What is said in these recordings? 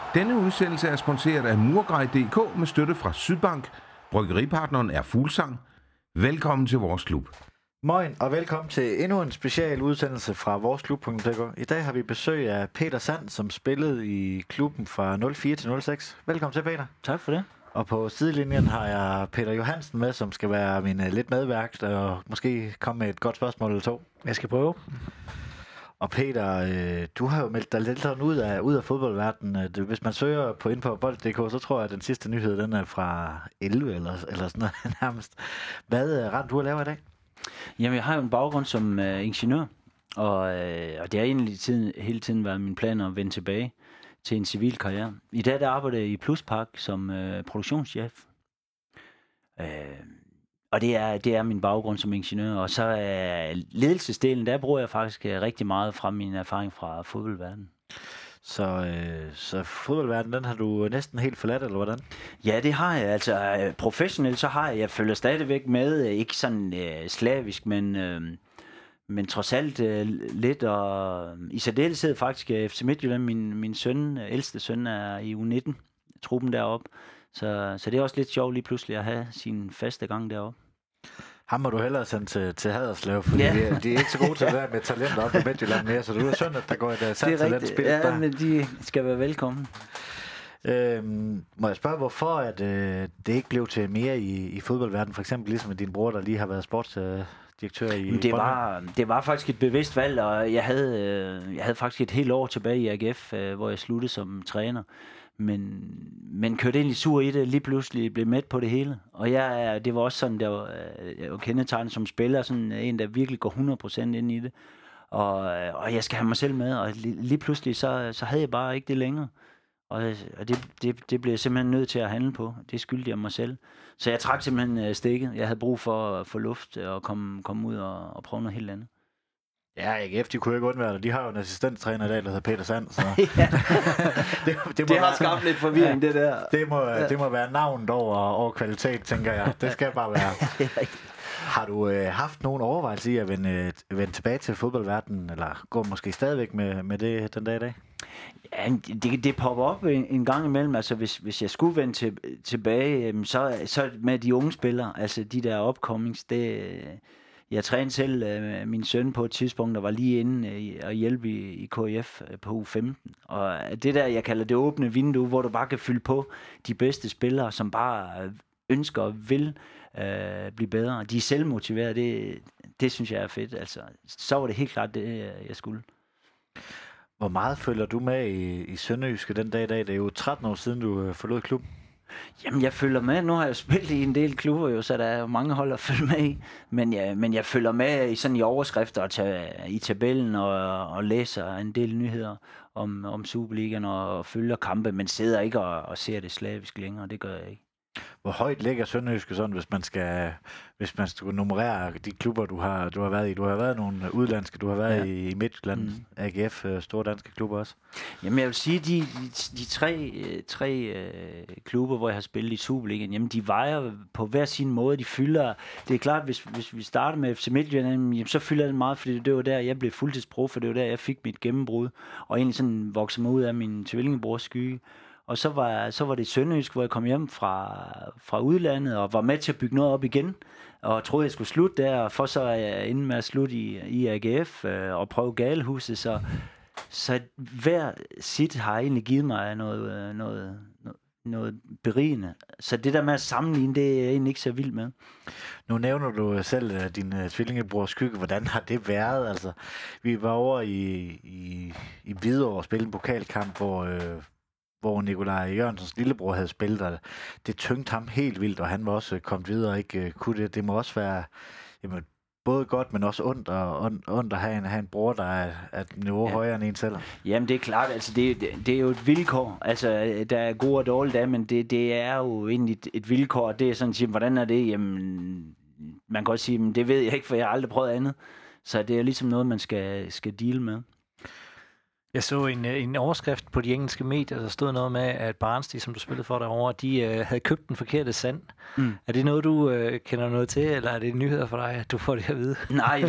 Denne udsendelse er sponsoreret af Murgrej.dk med støtte fra Sydbank. Bryggeripartneren er Fuglsang. Velkommen til vores klub. Moin og velkommen til endnu en special udsendelse fra vores klub.dk. I dag har vi besøg af Peter Sand, som spillede i klubben fra 04 til 06. Velkommen til, Peter. Tak for det. Og på sidelinjen har jeg Peter Johansen med, som skal være min lidt medværk og måske komme med et godt spørgsmål eller to. Jeg skal prøve. Og Peter, du har jo meldt dig lidt sådan ud af fodboldverdenen. Hvis man søger på ind på bold.dk, så tror jeg, at den sidste nyhed, den er fra 11 eller sådan noget nærmest. Hvad rent du at lave i dag? Jamen, jeg har jo en baggrund som ingeniør, og det har egentlig hele tiden været min plan at vende tilbage til en civil karriere. I dag der arbejder jeg i Pluspark som produktionschef. Og det er min baggrund som ingeniør. Og så ledelsesdelen, der bruger jeg faktisk rigtig meget fra min erfaring fra fodboldverdenen. Så fodboldverdenen, den har du næsten helt forladt, eller hvordan? Ja, det har jeg. Altså professionelt, så har jeg følger stadigvæk med. Ikke sådan slavisk, men trods alt lidt. Og i særdeleshed faktisk FC Midtjylland. Min søn, ældste søn, er i U19-truppen deroppe. Så det er også lidt sjovt lige pludselig at have sin faste gang deroppe. Ham må du hellere sende til Haderslev, fordi de er ikke så gode til det der med talenter op i Midtjylland mere, så du er synd, at der går et sandt talentspil der. Ja, men de skal være velkommen. Må jeg spørge, hvorfor at, det ikke blev til mere i fodboldverdenen, for eksempel ligesom med din bror, der lige har været sportsdirektør i det var faktisk et bevidst valg, og jeg havde faktisk et helt år tilbage i AGF, hvor jeg sluttede som træner. Men kørte egentlig sur i det, lige pludselig blev med på det hele. Og det var også sådan, jeg var kendetegnet som spiller, sådan en, der virkelig går 100% ind i det. Og jeg skal have mig selv med, og lige pludselig, så havde jeg bare ikke det længere. Og det blev jeg simpelthen nødt til at handle på. Det skyldte jeg mig selv. Så jeg trak simpelthen stikket. Jeg havde brug for at få luft og komme ud og prøve noget helt andet. Ja, AGF, de kunne ikke undvære det. De har jo en assistenttræner i dag, der hedder Peter Sand. Så. det har skabt lidt forvirring, det der. Det må være navnet over kvalitet, tænker jeg. Det skal bare være. Har du haft nogen overvejelse i at vende tilbage til fodboldverdenen, eller går måske stadigvæk med det den dag i dag? Ja, det popper op en gang imellem. Altså, hvis jeg skulle vende tilbage, så med de unge spillere, altså de der upcomings, jeg trænede selv min søn på et tidspunkt, der var lige inde at hjælpe i KIF på U15. Og det der, jeg kalder det åbne vindue, hvor du bare kan fylde på de bedste spillere, som bare ønsker og vil blive bedre. De er selvmotiverede, det synes jeg er fedt. Altså, så var det helt klart det, jeg skulle. Hvor meget følger du med i Sønderjyske den dag i dag? Det er jo 13 år siden, du forlod klubben. Jamen, jeg følger med. Nu har jeg spillet i en del klubber, jo, så der er jo mange hold at følge med i. Men jeg følger med i overskrifter og i tabellen og læser en del nyheder om Superligaen og følger kampe, men sidder ikke og ser det slavisk længere. Det gør jeg ikke. Hvor højt ligger Sønderjyske sådan, hvis man skal nummerere de klubber, du har været i? Du har været nogle udlandske, du har været i Midtjylland, AGF, store danske klubber også. Jamen, jeg vil sige, de tre klubber, hvor jeg har spillet i Superligaen, jamen, de vejer på hver sin måde. De fylder. Det er klart, hvis vi starter med FC Midtjylland, jamen, så fylder det meget, fordi det var der, jeg blev fuldtidsprof, for det var der, jeg fik mit gennembrud, og egentlig sådan voksede mig ud af min tvillingebrors skygge. Og så var det Sønderjysk, hvor jeg kom hjem fra udlandet og var med til at bygge noget op igen. Og troede, jeg skulle slutte der, og for så er jeg inde med at slutte i AGF og prøve Galehuset. Så hver sit har egentlig givet mig noget berigende. Så det der med at sammenligne, det er jeg egentlig ikke så vild med. Nu nævner du selv din tvillingebrors skygge. Hvordan har det været? Altså, vi var over i Hvidovre og spille en pokalkamp, hvor Nikolaj Jørgensens lillebror havde spillet, og det tyngte ham helt vildt, og han var også kommet videre og ikke kunne det. Det må også være både godt, men også ondt at have en bror, der er et niveau højere end en selv. Jamen, det er klart, altså det er jo et vilkår. Altså, der er gode og dårlige dage, men det er jo egentlig et vilkår. Det er sådan at sige, hvordan er det? Jamen, man kan godt sige, det ved jeg ikke, for jeg har aldrig prøvet andet. Så det er ligesom noget, man skal deale med. Jeg så en overskrift på de engelske medier, der stod noget med, at Barnsley, som du spillede for derovre, de havde købt den forkerte sand. Er det noget, du kender noget til, eller er det nyheder for dig, at du får det at vide? Nej,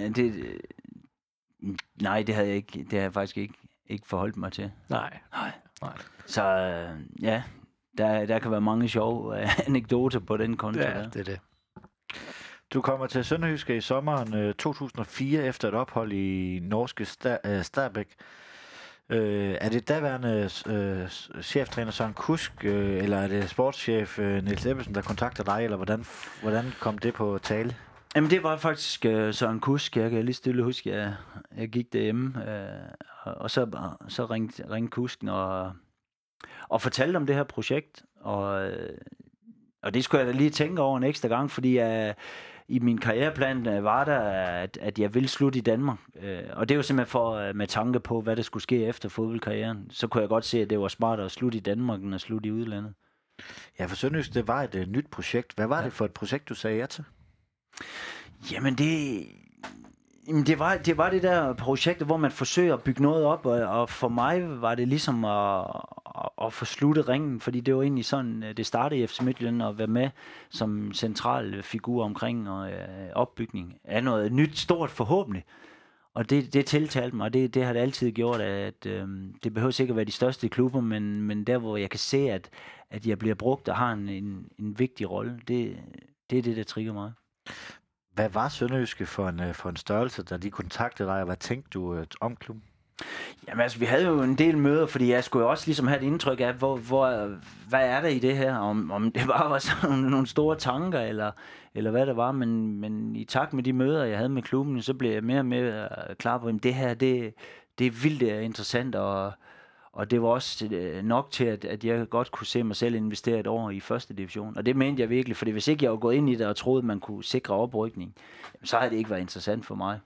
det havde jeg ikke. Det har jeg faktisk ikke forholdt mig til. Nej. Så ja, der kan være mange sjove anekdoter på den konto. Ja, der. det er det. Du kommer til Sønderjyske i sommeren 2004 efter et ophold i norske Stabæk. Er det daværende cheftræner Søren Kusk, eller er det sportschef Niels Ebbesen, der kontakter dig, eller hvordan kom det på tale? Jamen det var faktisk Søren Kusk. Jeg kan lige stille huske, at jeg gik derhjemme, og så ringte Kusken og fortalte om det her projekt, og det skulle jeg da lige tænke over en ekstra gang, fordi i min karriereplan var der, at jeg ville slutte i Danmark. Og det er jo simpelthen med tanke på, hvad der skulle ske efter fodboldkarrieren. Så kunne jeg godt se, at det var smartere at slutte i Danmark, end at slutte i udlandet. Ja, for Sønderjysk, det var et nyt projekt. Hvad var det for et projekt, du sagde ja til? Jamen det var det der projekt, hvor man forsøger at bygge noget op, og for mig var det ligesom at få sluttet ringen, fordi det var egentlig sådan, det startede i FC Midtjylland at være med som central figur omkring opbygning af noget nyt, stort forhåbentlig. Og det tiltalte mig, og det har det altid gjort, at det behøver ikke at være de største klubber, men der, hvor jeg kan se, at jeg bliver brugt og har en vigtig rolle, det er det, der trigger mig. Hvad var Sønderjyske for en størrelse, da de kontaktede dig, og hvad tænkte du om klubben? Jamen altså, vi havde jo en del møder, fordi jeg skulle jo også ligesom have et indtryk af, hvad er der i det her? Om det bare var sådan nogle store tanker, eller hvad det var, men i takt med de møder, jeg havde med klubben, så blev jeg mere og mere klar på, at det her, det er vildt interessant, og det var også nok til, at jeg godt kunne se mig selv investere et år i første division. Og det mente jeg virkelig, fordi hvis ikke jeg var gået ind i det og troede, at man kunne sikre oprykning, så havde det ikke været interessant for mig.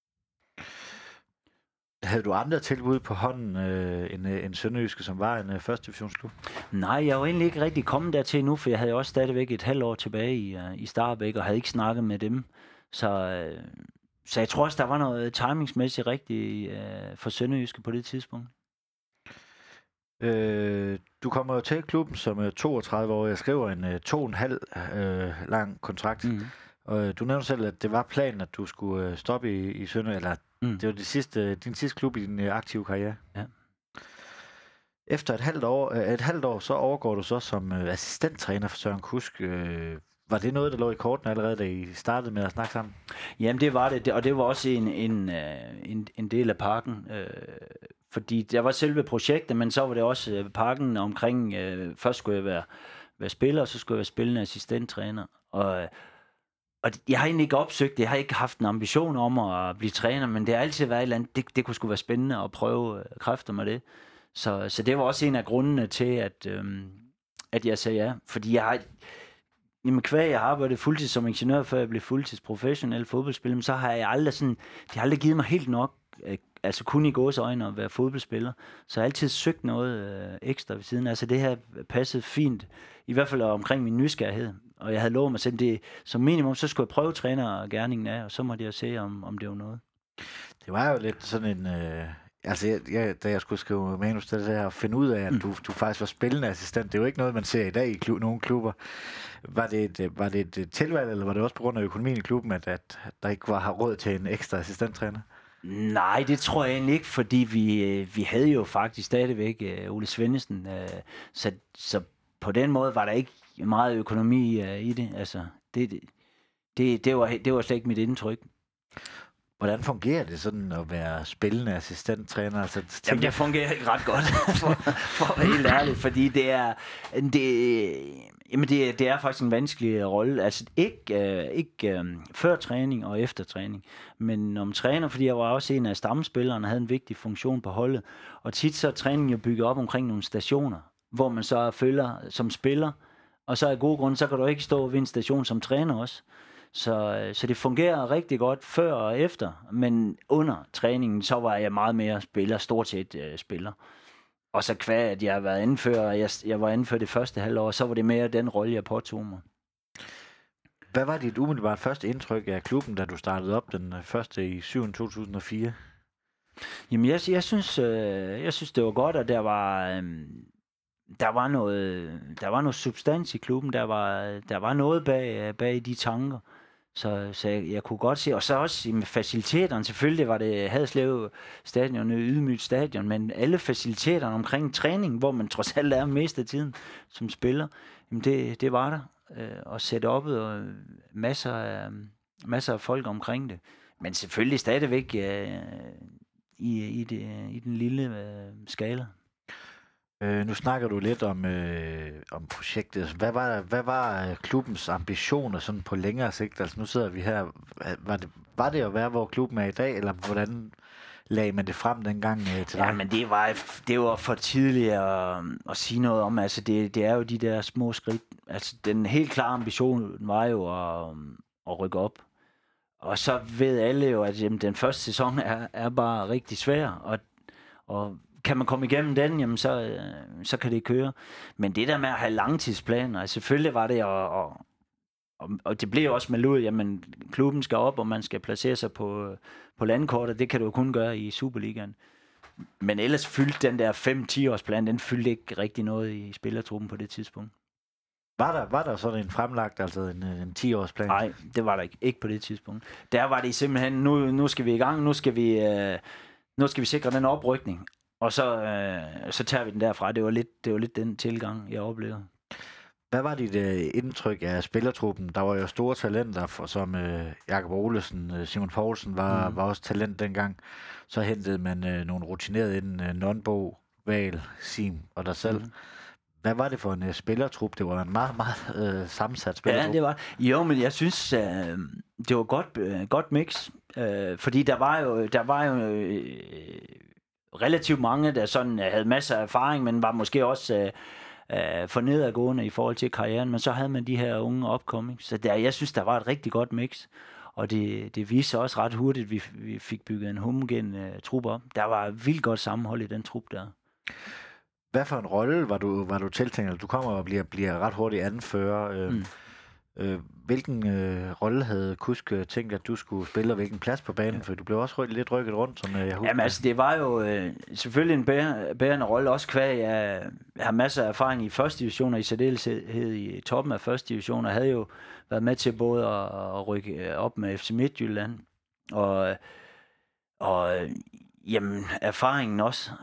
Havde du andre tilbud på hånden end Sønderjyske, som var en første divisionsklub? Nej, jeg var egentlig ikke rigtig kommet dertil nu, for jeg havde jo også stadigvæk et halvt år tilbage i Stabæk, og havde ikke snakket med dem. Så jeg tror også, der var noget timingsmæssigt rigtigt for Sønderjyske på det tidspunkt. Du kommer jo til klubben som 32 år. Jeg skriver en 2,5 lang kontrakt. Mm-hmm. Og du nævnte selv, at det var planen, at du skulle stoppe i Sønder, eller det var din sidste klub i din aktive karriere. Ja. Efter et halvt år, så overgår du så som assistenttræner for Søren Kusk. Var det noget, der lå i korten allerede, da I startede med at snakke sammen? Jamen det var det, og det var også en del af pakken. Fordi der var selve projektet, men så var det også pakken omkring, først skulle jeg være spiller, og så skulle jeg være spillende assistenttræner. Og jeg har egentlig ikke opsøgt det, jeg har ikke haft en ambition om at blive træner, men det har altid været et eller andet, det kunne sgu være spændende at prøve kræfter med det. Så det var også en af grundene til, at jeg sagde ja. Fordi jeg har arbejdet fuldtid som ingeniør, før jeg blev fuldtidsprofessionel fodboldspiller, men så har jeg det har aldrig givet mig helt nok, altså kun i gåseøjne at være fodboldspiller. Så jeg har altid søgt noget ekstra ved siden. Altså det her passede fint, i hvert fald omkring min nysgerrighed. Og jeg havde lovet mig selv, det som minimum, så skulle jeg prøve trænergerningen af, og så måtte jeg se, om det var noget. Det var jo lidt sådan en... da jeg skulle skrive manus til det her, og finde ud af, at du faktisk var spillende assistent, det er jo ikke noget, man ser i dag i nogle klubber. Var det et tilvalg, eller var det også på grund af økonomien i klubben, at der ikke var råd til en ekstra assistenttræner? Nej, det tror jeg egentlig ikke, fordi vi havde jo faktisk stadigvæk Ole Svendesen, så på den måde var der ikke meget økonomi i det. Altså, det var slet ikke mit indtryk. Hvordan fungerer det sådan at være spillende assistenttræner? Altså, Jamen, det fungerer ikke ret godt, for at være helt ærlig, fordi det er faktisk en vanskelig rolle. Altså ikke før træning og efter træning, men om træner, fordi jeg var også en af stamspillerne, havde en vigtig funktion på holdet. Og tit så er træningen jo bygget op omkring nogle stationer, hvor man så følger som spiller, og så af gode grunde, så kan du ikke stå ved en station som træner også. Så det fungerer rigtig godt før og efter, men under træningen, så var jeg meget mere spiller, stort set spiller. Og så kvad, at jeg har været anfører, jeg var anfører det første halvår, så var det mere den rolle, jeg påtog mig. Hvad var dit umiddelbart første indtryk af klubben, da du startede op den første i 2004? Jamen, jeg synes, det var godt, og der var noget substans i klubben. Der var noget bag de tanker, Så jeg kunne godt se, og så også med faciliteterne, selvfølgelig var det Haderslev stadion, et ydmygt stadion, men alle faciliteterne omkring træning, hvor man trods alt er mest af tiden som spiller, jamen det var der. Og setup'et og masser af folk omkring det. Men selvfølgelig stadigvæk i den lille skala. Nu snakker du lidt om projektet. Hvad var klubbens ambitioner sådan på længere sigt? Altså nu sidder vi her. Var det at være, hvor klubben er i dag, eller hvordan lagde man det frem dengang til dig? Ja, men det var for tidligt at sige noget om. Altså det er jo de der små skridt. Altså den helt klare ambition var jo at rykke op. Og så ved alle jo, at jamen, den første sæson er bare rigtig svær, og kan man komme igennem den, jamen så kan det køre. Men det der med at have langtidsplaner, altså selvfølgelig var det, og det blev også meldt ud, jamen klubben skal op, og man skal placere sig på landkortet, det kan du jo kun gøre i Superligaen. Men ellers fyldte den der 5-10 års plan, den fyldte ikke rigtig noget i spillertruppen på det tidspunkt. Var der sådan en fremlagt, altså en 10-års plan? Nej, det var der ikke på det tidspunkt. Der var det simpelthen, nu skal vi i gang, nu skal vi sikre den oprykning, og så tager vi den derfra. Det var lidt den tilgang, jeg oplevede. Hvad var dit indtryk af spillertruppen? Der var jo store talenter, som Jakob Olesen, Simon Poulsen var også talent dengang. Så hentede man nogle rutinerede ind, Nonbo, Val, Sim og dig selv. Hvad var det for en spillertrup? Det var en meget, meget sammensat spillertrup. Ja, det var. Jo, men jeg synes, det var godt mix. Fordi der var jo relativt mange, der sådan havde masser af erfaring, men var måske også for nedadgående i forhold til karrieren. Men så havde man de her unge opkoming. Så jeg synes, der var et rigtig godt mix. Og det viste også ret hurtigt, at vi fik bygget en homogen trup op. Der var vildt godt sammenhold i den trup der. Hvad for en rolle var du tiltænkt? Du kommer og bliver ret hurtigt anfører. Hvilken rolle havde Kusk tænkt, at du skulle spille, og hvilken plads på banen? Ja. For du blev også lidt rykket rundt, som jeg husker. Jamen altså, det var jo selvfølgelig en bærende rolle, også kvæg. Jeg har masser af erfaring i første division, og i særdeleshed i toppen af første division, og havde jo været med til både at rykke op med FC Midtjylland, og jamen, erfaringen også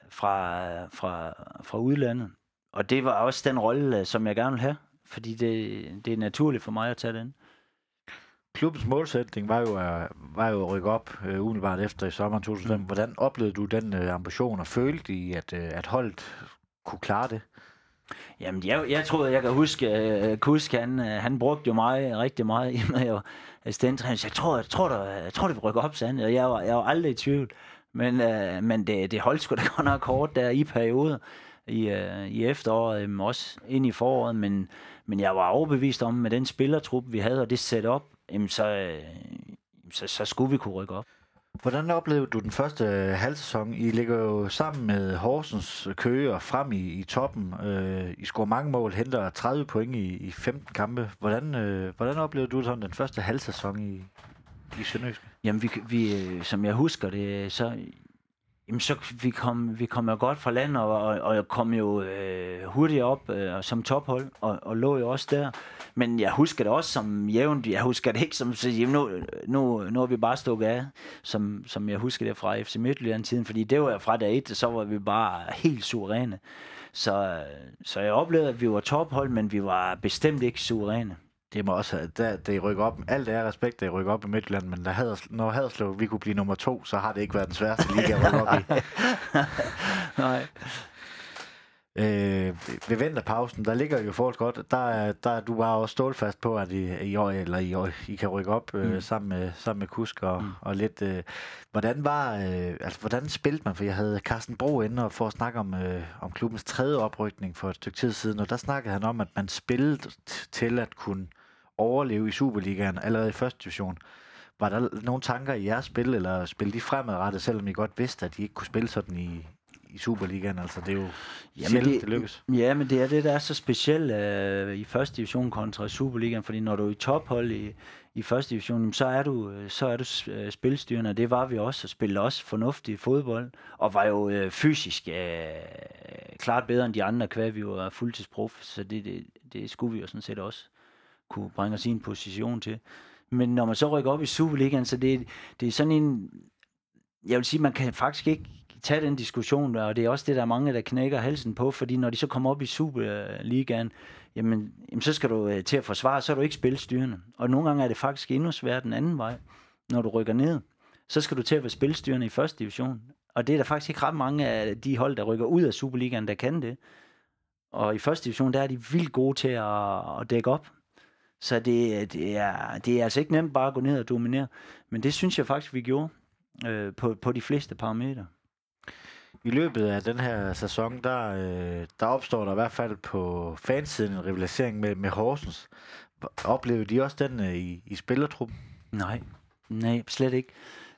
fra udlandet. Og det var også den rolle, som jeg gerne vil have, fordi det er naturligt for mig at tage den. Klubbens målsætning var jo at rykke op umiddelbart efter i sommeren 2005. Hvordan oplevede du den ambition, og følte I, at holdet kunne klare det? Jamen, jeg tror, jeg kan huske, at Kusk, han brugte jo mig rigtig meget, i og med jeg var assistenttræner. Jeg tror, det vil rykke op, sagde han, og jeg var aldrig i tvivl. Men det holdt sgu da godt nok hårdt der i perioder i efteråret, også ind i foråret, men jeg var overbevist om, med den spillertrup, vi havde, og det setup, så skulle vi kunne rykke op. Hvordan oplevede du den første halvsæson? I ligger jo sammen med Horsens, Køge og frem i toppen. I scorer mange mål, henter 30 point i 15 kampe. Hvordan oplevede du sådan den første halvsæson i Sønderjyske? Jamen, vi som jeg husker det, så vi kom jo godt fra land, og kom jo hurtigt op som tophold, og lå jo også der. Men jeg husker det også som jævnt. Jeg husker det ikke som, nu er vi bare stukket af, som jeg husker det fra FC Midtjylland-tiden, fordi det var fra dag 1, så var vi bare helt suveræne. Så jeg oplevede, at vi var tophold, men vi var bestemt ikke suveræne. Det må også, da I rykker op, alt er respekt, da I rykker op i Midtjylland, men når Haderslev vi kunne blive nummer 2, så har det ikke været den sværeste liga at rykke op i. Nej. Ved vinterpausen, der ligger jo folk godt, der du var også stålfast på, at i år I kan rykke op sammen med Kusk og lidt. Hvordan spillede man? For jeg havde Carsten Bro inde for at snakke om klubbens tredje oprykning for et stykke tid siden, og der snakkede han om, at man spillede til at kunne overleve i Superligaen allerede i første division. Var der nogle tanker i jeres spil, eller spille de fremadrettet, selvom I godt vidste, at I ikke kunne spille sådan i Superligaen? Altså, det er jo sjældent, det lykkes. Ja, men det er det, der er så specielt i første division kontra Superligaen, fordi når du er i tophold i første division, så er du spilstyrende, og det var vi også, og spillede også fornuftig fodbold, og var jo fysisk klart bedre end de andre kvad, vi var fuldtidsprof, så det skulle vi jo sådan set også kunne bringe os i en position til. Men når man så rykker op i Superligaen, så det er sådan en... Jeg vil sige, man kan faktisk ikke tage den diskussion, og det er også det, der er mange, der knækker halsen på, fordi når de så kommer op i Superligaen, jamen så skal du til at forsvare, så er du ikke spilstyrende. Og nogle gange er det faktisk endnu svært den anden vej. Når du rykker ned, så skal du til at være spilstyrende i første division. Og det er der faktisk ikke ret mange af de hold, der rykker ud af Superligaen, der kan det. Og i første division, der er de vildt gode til at dække op. Så det er altså ikke nemt bare at gå ned og dominere. Men det synes jeg faktisk, vi gjorde på de fleste parametre. I løbet af den her sæson, der opstår der i hvert fald på fansiden en rivalisering med Horsens. Oplevede de også den i spillertruppen? Nej, slet ikke.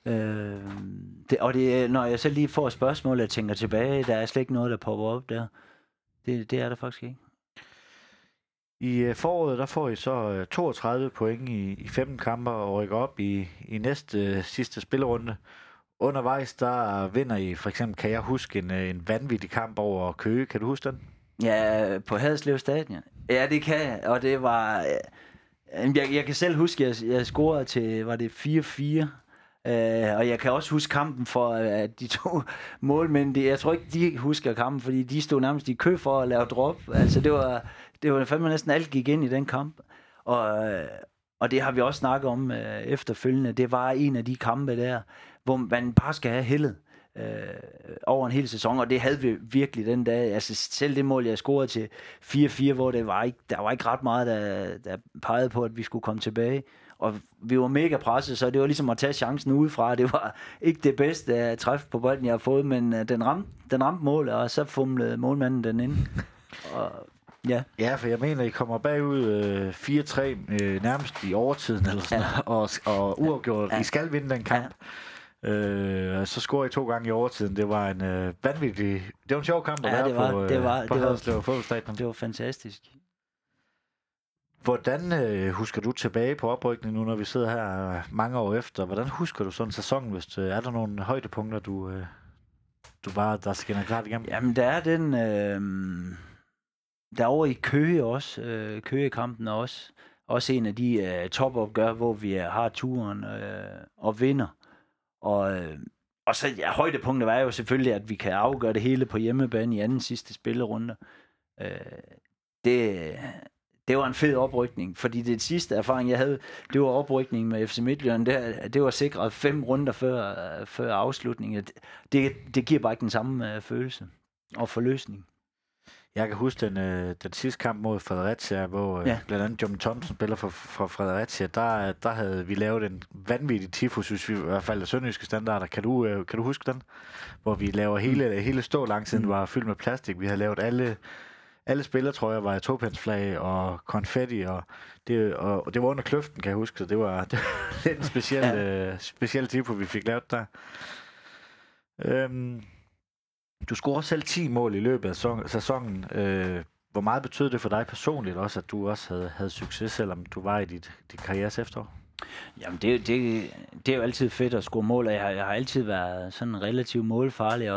Når jeg så lige får et spørgsmål, jeg tænker tilbage, der er slet ikke noget, der popper op der. Det er der faktisk ikke. I foråret, der får I så 32 point i 15 kampe og rykker op i næste sidste spillerunde. Undervejs, der vinder I, for eksempel kan jeg huske en vanvittig kamp over Køge. Kan du huske den? Ja, på Haderslev Stadion. Ja, det kan jeg, og det var... Jeg kan selv huske, at jeg scorede til, var det 4-4? Og jeg kan også huske kampen for de to målmænd. Jeg tror ikke, de husker kampen, fordi de stod nærmest i kø for at lave drop. Altså, det var fandme næsten alt gik ind i den kamp. Og det har vi også snakket om efterfølgende. Det var en af de kampe der, hvor man bare skal have heldet over en hel sæson, og det havde vi virkelig den dag. Altså selv det mål, jeg scorede til 4-4, hvor der var ikke ret meget, der pegede på, at vi skulle komme tilbage. Og vi var mega presset, så det var ligesom at tage chancen udefra. Det var ikke det bedste træf på bolden, jeg har fået, men den ramte målet, og så fumlede målmanden den ind. Og ja. Ja, for jeg mener, I kommer bagud 4-3 nærmest i overtiden, eller sådan, og uafgjort. Ja. I skal vinde den kamp. Ja. Så scorede I 2 gange i overtiden. Det var en vanvittig... Det var en sjov kamp at være på Haderslev Fodboldstadion. Det var fantastisk. Hvordan husker du tilbage på oprykningen nu, når vi sidder her mange år efter? Hvordan husker du sådan en sæson, hvis er der nogle højdepunkter, du bare, der skinner klart igennem? Jamen, der er den... derovre i Køge også. Køge-kampen er også en af de topopgør, hvor vi har turen og vinder. Og så højdepunktet var jo selvfølgelig, at vi kan afgøre det hele på hjemmebane i anden sidste spillerunde. Det var en fed oprykning, fordi det sidste erfaring, jeg havde, det var oprykningen med FC Midtjylland. Det var sikret 5 runder før afslutningen. Det giver bare ikke den samme følelse og forløsning. Jeg kan huske den sidste kamp mod Fredericia, hvor blandt andet John Thomsen spiller for Fredericia. Der havde vi lavet en vanvittig tifo, synes vi, i hvert fald af sønderjyske standarder. Kan du huske den? Hvor vi laver hele stå langsiden var fyldt med plastik. Vi havde lavet alle spillertrøjer var i topensflag og konfetti, og det var under kløften, kan jeg huske. Så det var lidt en speciel tifo, vi fik lavet der. Du scorede selv 10 mål i løbet af sæsonen. Hvor meget betød det for dig personligt også, at du også havde succes, selvom du var i dit karrieres efterår? Jamen, det er jo altid fedt at score mål, og jeg har altid været sådan relativt målfarlig,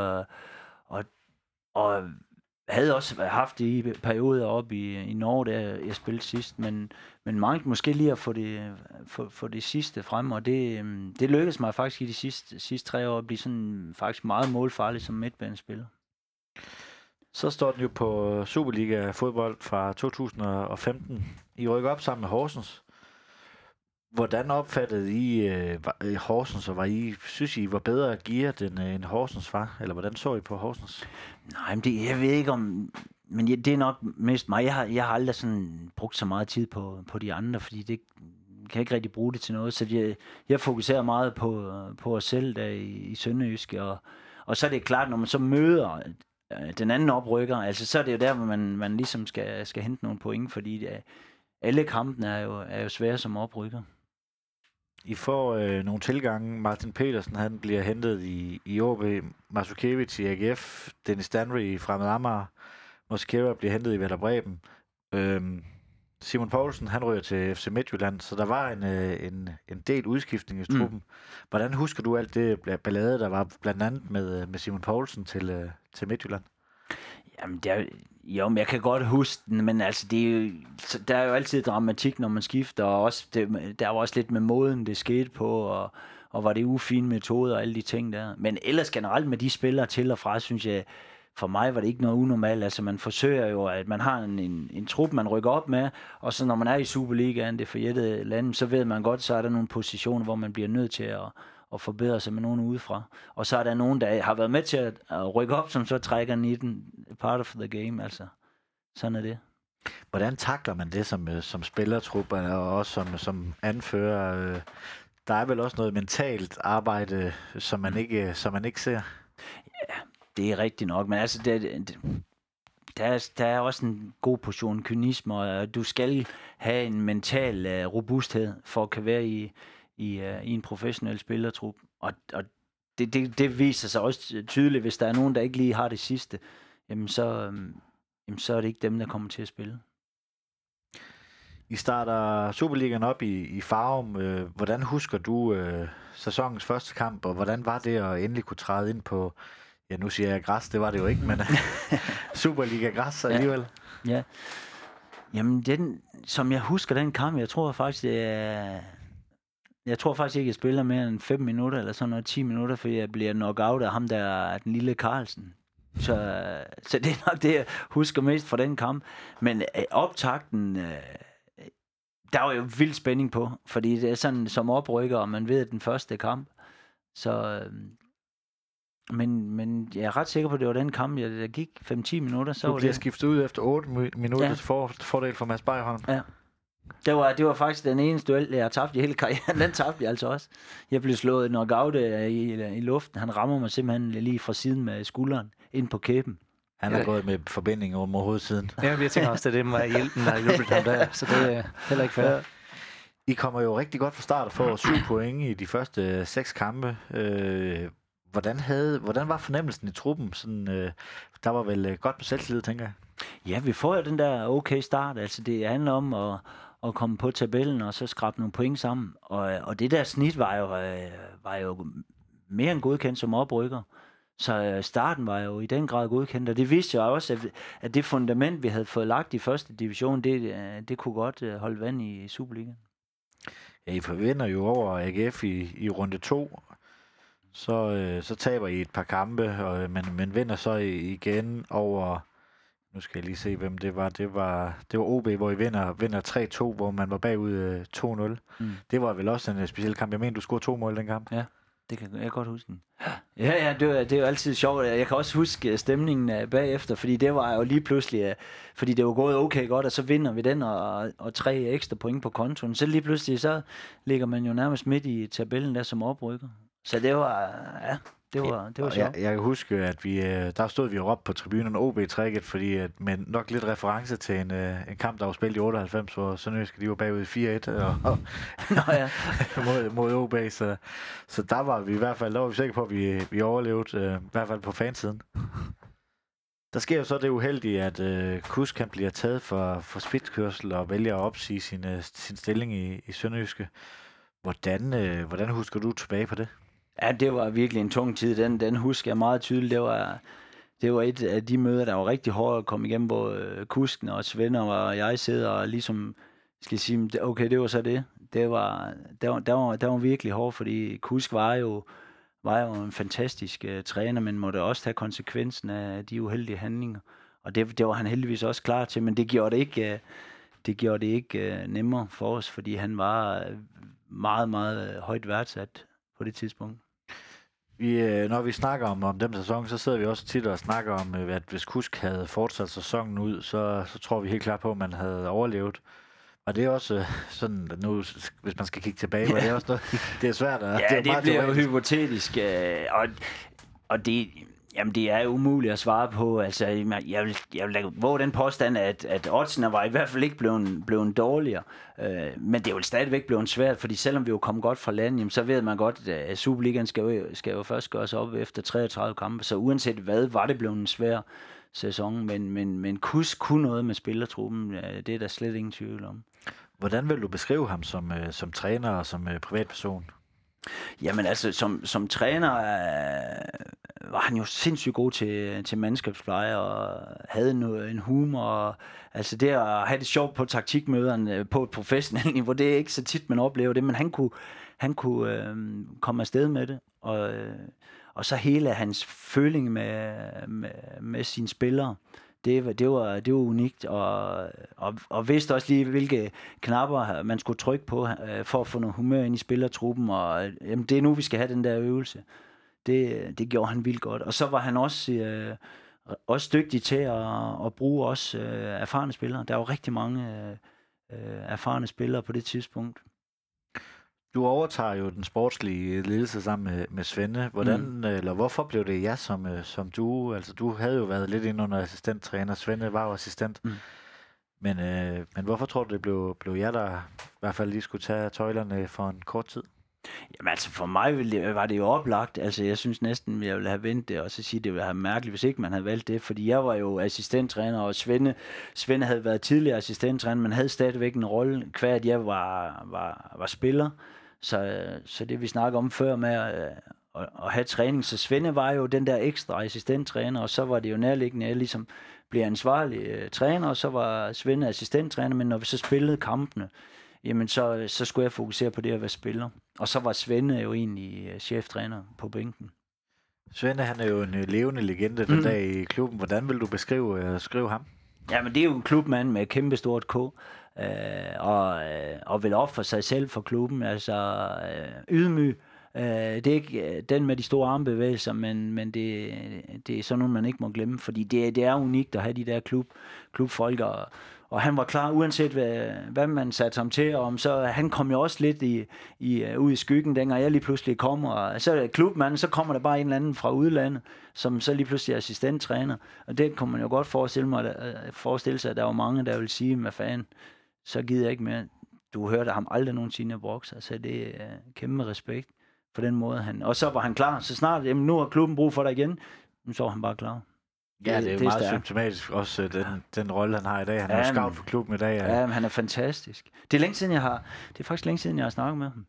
og havde også haft det i perioder op i Norge, der jeg spillede sidst, men manglede måske lige at få det sidste frem, og det lykkedes mig faktisk i de sidste 3 år at blive sådan faktisk meget målfarlig som midtbanespiller. Så står den jo på Superliga fodbold fra 2015. I rykker op sammen med Horsens. Hvordan opfattede I Horsens, og synes I var bedre gearet end Horsens var? Eller hvordan så I på Horsens? Nej, men jeg ved ikke om... Men det er nok mest mig. Jeg har aldrig sådan brugt så meget tid på de andre, fordi det kan ikke rigtig bruge det til noget. Så jeg fokuserer meget på os selv der i Sønderjyske. Og så er det klart, når man så møder den anden oprykker, altså så er det jo der, hvor man ligesom skal hente nogle point, fordi alle kampene er jo svære som oprykker. I får nogle tilgange. Martin Petersen, han bliver hentet i OB. Marzukiewicz i AGF. Dennis Danry i Fremad Amager. Moskera bliver hentet i Werder Bremen. Simon Poulsen, han ryger til FC Midtjylland. Så der var en del udskiftning i truppen. Hvordan husker du alt det ballade, der var blandt andet med Simon Poulsen til Midtjylland? Jamen, Jo, men jeg kan godt huske den, men altså, der er jo altid dramatik, når man skifter, og også, der var også lidt med måden, det skete på, og var det ufine metoder og alle de ting der. Men ellers generelt med de spillere til og fra, synes jeg, for mig var det ikke noget unormalt. Altså, man forsøger jo, at man har en trup, man rykker op med, og så når man er i Superligaen, det forjættede land, så ved man godt, så er der nogle positioner, hvor man bliver nødt til at forbedre sig med nogen udefra. Og så er der nogen, der har været med til at rykke op, som så trækker den i den part of the game, altså. Sådan er det. Hvordan takler man det som spillertrup, og også som anfører? Der er vel også noget mentalt arbejde, som man ikke ser? Ja, det er rigtigt nok, men altså, der er også en god portion kynisme, og du skal have en mental robusthed for at kan være i en professionel spillertrup. Og det viser sig også tydeligt, hvis der er nogen, der ikke lige har det sidste, så er det ikke dem, der kommer til at spille. I starter Superligaen op i Farum. Hvordan husker du sæsonens første kamp, og hvordan var det at endelig kunne træde ind på, ja, nu siger jeg græs, det var det jo ikke, men Superliga-græs alligevel? Ja. Jamen, som jeg husker den kamp, jeg tror faktisk ikke, jeg spiller mere end 5 minutter, eller sådan noget, 10 minutter, fordi jeg bliver knock-out af ham, der er den lille Carlsen. Så det er nok det, jeg husker mest fra den kamp. Men optakten, der var jo vild spænding på, fordi det er sådan som oprykker, og man ved, at den første kamp. Så, men jeg er ret sikker på, at det var den kamp, der gik 5-10 minutter. Så du var bliver det skiftet ud efter 8 minutter til fordel for Mads Beiholm. Ja. Det var faktisk den eneste duel, jeg har tabt i hele karrieren. Den tabte jeg altså også. Jeg blev slået knock-out i luften. Han rammer mig simpelthen lige fra siden med skulderen ind på kæben. Han er gået med forbinding over mod hovedsiden. Ja, jeg tænker også, at det var hjælpen, der hjulpet ham der. Så det er heller ikke fair. I kommer jo rigtig godt fra start og får 7 point i de første 6 kampe. Hvordan var fornemmelsen i truppen? Sådan, der var vel godt med selvtillid, tænker jeg. Ja, vi får jo den der okay start. Altså, det handler om at komme på tabellen og så skrabe nogle point sammen. Og det der snit var jo mere end godkendt som oprykker. Så starten var jo i den grad godkendt, og det viste jo også, at det fundament, vi havde fået lagt i første division, det kunne godt holde vand i Superligaen. Ja, I forvinder jo over AGF i runde 2, så taber I et par kampe, men vinder så igen over, nu skal jeg lige se, hvem det var. Det var OB, hvor I vinder 3-2, hvor man var bagud 2-0. Det var vel også en speciel kamp. Jeg mener, du scorede 2 mål den kamp. Ja. Det kan jeg godt huske den. Ja, det er jo altid sjovt. Jeg kan også huske stemningen bagefter, fordi det var jo lige pludselig, fordi det var gået okay godt, og så vinder vi den, og 3 ekstra point på kontoen. Så lige pludselig, så ligger man jo nærmest midt i tabellen der som oprykker. Så det var, det var sjovt. Jeg kan huske, at der stod vi jo op på tribunerne OB-trækket, fordi med nok lidt reference til en kamp, der var spillet i 98, hvor Sønderjyske de var bagud i 4-1 mod OB. Så der var vi i hvert fald, der var vi sikre på, at vi overlevede, i hvert fald på fansiden. Der sker jo så det uheldige, at Kusk kan blive taget for spidskørsel og vælger at opsige sin stilling i Sønderjyske. Hvordan husker du tilbage på det? Ja, det var virkelig en tung tid. Den husker jeg meget tydeligt. Det var et af de møder, der var rigtig hårdt at komme igennem, hvor Kusken og Svend og jeg sidder og ligesom skal sige, okay, det var så det. Det var virkelig hårdt, fordi Kusk var jo en fantastisk træner, men måtte også tage konsekvensen af de uheldige handlinger. Og det var han heldigvis også klar til, men det gjorde det ikke nemmere for os, fordi han var meget, meget højt værdsat på det tidspunkt. Når vi snakker om den sæson, så sidder vi også tit og snakker om, at hvis Kusk havde fortsat sæsonen ud, så tror vi helt klart på, at man havde overlevet. Og det er også sådan, nu, hvis man skal kigge tilbage, var det også noget, det er svært. Det bliver jo hypotetisk, og det er umuligt at svare på. Altså, jeg vil våge den påstand, at oddsene var i hvert fald ikke blevet dårligere. Men det er jo stadigvæk blevet svært, fordi selvom vi jo kom godt fra landet, jamen, så ved man godt, at Superligaen skal jo først gøres op efter 33 kampe. Så uanset hvad, var det blevet en svær sæson. Men Kusk kunne noget med spillertruppen. Det er der slet ingen tvivl om. Hvordan vil du beskrive ham som træner og som privatperson? Jamen altså, som træner var han jo sindssygt god til mandskabspleje og havde en humor. Og, altså det at have det sjovt på taktikmøderne på et professionelt niveau, det er ikke så tit, man oplever det, men han kunne komme afsted med det. Og så hele hans føling med sine spillere, det var unikt, og vidste også lige, hvilke knapper man skulle trykke på, for at få noget humør ind i spillertruppen, og jamen, det er nu, vi skal have den der øvelse. Det gjorde han vildt godt. Og så var han også dygtig til at bruge også erfarne spillere. Der var rigtig mange erfarne spillere på det tidspunkt. Du overtager jo den sportslige ledelse sammen med Svende. Hvordan, eller hvorfor blev det jer som du? Altså, du havde jo været lidt inde under assistenttræner. Svende var jo assistent. Men hvorfor tror du, det blev jer, der i hvert fald lige skulle tage tøjlerne for en kort tid? Jamen altså, for mig var det jo oplagt. Altså, jeg synes næsten, jeg ville have ventet det, og så sige, det ville have mærkeligt, hvis ikke man havde valgt det. Fordi jeg var jo assistenttræner, og Svende havde været tidligere assistenttræner, men havde stadigvæk en rolle, hver at jeg var spiller. Så det vi snakker om før med at have træning, så Svende var jo den der ekstra assistenttræner, og så var det jo nærliggende, at jeg ligesom blev ansvarlig træner, og så var Svende assistenttræner, men når vi så spillede kampene, jamen så skulle jeg fokusere på det at være spiller. Og så var Svende jo egentlig cheftræner på bænken. Svende, han er jo en levende legende den dag i klubben. Hvordan vil du skrive ham? Jamen det er jo en klubmand med et kæmpestort K, og vil ofre sig selv for klubben, altså ydmyg. Det er ikke den med de store armbevægelser, men det er sådan noget, man ikke må glemme, fordi det er unikt at have de der klubfolk, og han var klar, uanset hvad man satte ham til, og så han kom jo også lidt ud i skyggen, dengang jeg lige pludselig kommer, og så er det klubmanden, så kommer der bare en eller anden fra udlandet, som så lige pludselig er assistenttræner, og det kunne man jo godt forestille sig, at der var mange, der ville sige, hvad fanden, så gider jeg ikke mere. Du hørte ham aldrig nogensinde bokse, så det er kæmpe respekt for den måde, og så var han klar, så snart, jamen nu har klubben brug for dig igen, så var han bare klar. Ja, det er meget symptomatisk også, den rolle, han har i dag. Han er jo scout for klubben i dag. Ja, men han er fantastisk. Det er faktisk længe siden, jeg har snakket med ham.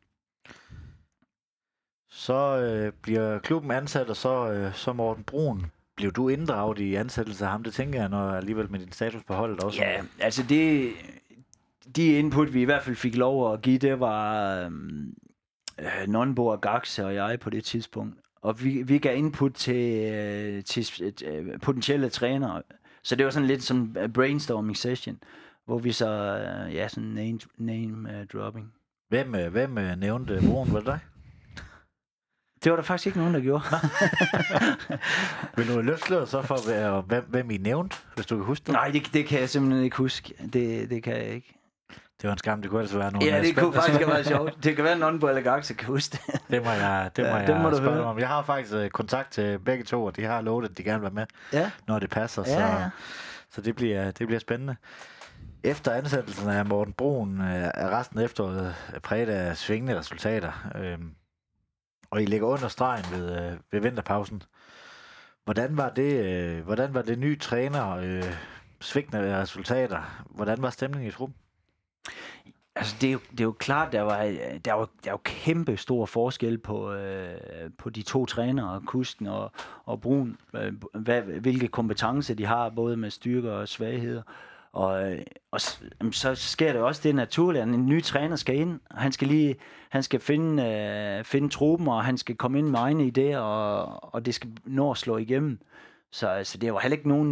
Så bliver klubben ansat, og så Morten Bruun. Blev du inddraget i ansættelse af ham? Det tænker jeg, når alligevel med din status på holdet også. Ja, altså de input, vi i hvert fald fik lov at give, det var Nonbo og Gaxe og jeg på det tidspunkt. Og vi gav input til potentielle trænere. Så det var sådan lidt som en brainstorming session, hvor vi så, sådan name dropping. Hvem nævnte Bruun, var det dig? Det var der faktisk ikke nogen, der gjorde. Vil du løfte så for, hvem I nævnte, hvis du kan huske det? Nej, det kan jeg simpelthen ikke huske. Det kan jeg ikke. Det var en skam, det kunne altså være nogen. Ja, det kunne faktisk have været sjovt. Det kan være, at Nonbo eller Gaxe kan huske det. Det må jeg spørge om. Jeg har faktisk kontakt til begge to, og de har lovet, at de gerne vil være med, når det passer. Så det bliver spændende. Efter ansættelsen af Morten Bruun er resten af efteråret præget af svingende resultater. Og I ligger under stregen ved vinterpausen. Hvordan var det nye træner, svigtende resultater? Hvordan var stemningen i truppen? Altså det er jo klart, der var kæmpe stor forskel på de to trænere, Kusken og Bruun, hvilke kompetencer de har, både med styrker og svagheder. Og så sker det også det naturligt, at en ny træner skal ind. Han skal finde truppen, og han skal komme ind med egne idéer, og det skal nå at slå igennem. Så det var heller ikke nogen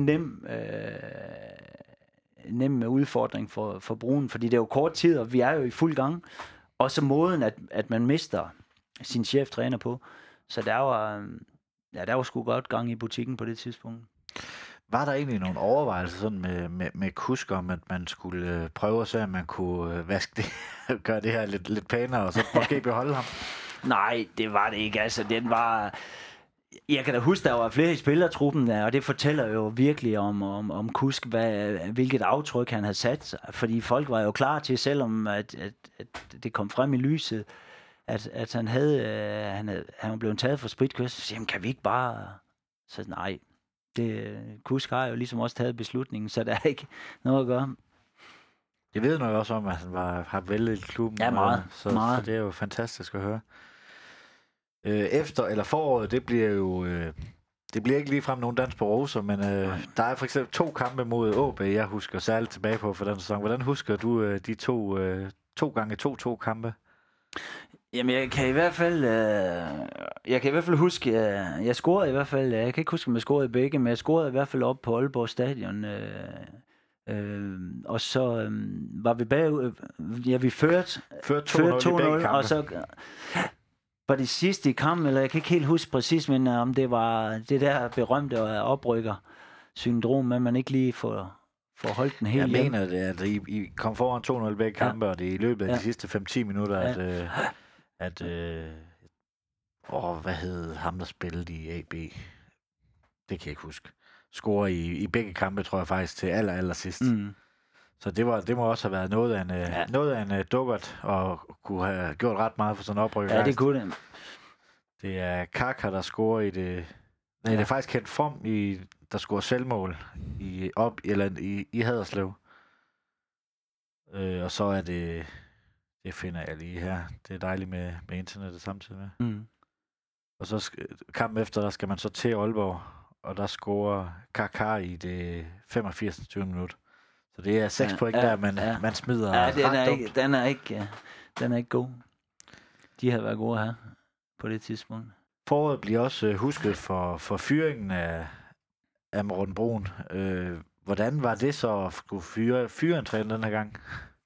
nem udfordring for Bruun, fordi det er jo kort tid, og vi er jo i fuld gang. Og så måden, at man mister sin cheftræner på. Så der var sgu godt gang i butikken på det tidspunkt. Var der egentlig nogle overvejelser sådan med Kusk om, at man skulle prøve at se, at man kunne vaske det, gøre det her lidt pænere, og så måske beholde ham? Nej, det var det ikke. Altså, den var... Jeg kan da huske, der var flere i spillertruppen, og det fortæller jo virkelig om Kusk, hvilket aftryk han havde sat. Fordi folk var jo klar til, selvom at det kom frem i lyset, at han var blevet taget for spritkørsel. Så jamen, kan vi ikke bare... Så nej, Kusk har jo ligesom også taget beslutningen, så der er ikke noget at gøre. Jeg ved nok også om, at han har vældet i klubben. Ja, meget. Så det er jo fantastisk at høre. Efter eller foråret, det bliver jo... det bliver ikke ligefrem nogen dans på roser, men der er for eksempel 2 kampe mod AB, jeg husker særligt tilbage på for den sæson. Hvordan husker du de 2 gange 2-2 kampe? Jamen, jeg kan i hvert fald huske, jeg scorede i hvert fald, jeg kan ikke huske, om jeg scorede i begge, men jeg scorede i hvert fald op på Aalborg Stadion. Og så var vi bagud, vi førte 2-0 i begge kampe. Og så var det sidste i kampen, eller jeg kan ikke helt huske præcis, men om det var det der berømte oprykker-syndrom, at man ikke lige får holdt den helt hjem. Jeg mener, at I kom foran 2-0 begge kampe, og det er i løbet af de sidste 5-10 minutter, hvad hed ham, der spillede i AB? Det kan jeg ikke huske. Score i begge kampe, tror jeg faktisk, til aller sidst. Mm. Så det må også have været noget af en dukkert, og kunne have gjort ret meget for sådan en oprykker. Ja, det kunne det. Det er Kaka, der scorer i det... Nej, det er faktisk Kent From, der scorer selvmål i Haderslev. Og så er det... Det finder jeg lige her. Det er dejligt med internettet samtidig med. Mm. Og så kampen efter, der skal man så til Aalborg, og der scorer Kaka i det 85. minut. Så det er 6 point der, man smider. Ja, den er ikke god. De har været gode her på det tidspunkt. Foråret bliver også husket for fyringen af Morten Brun. Hvordan var det så at skulle fyre en træner den her gang?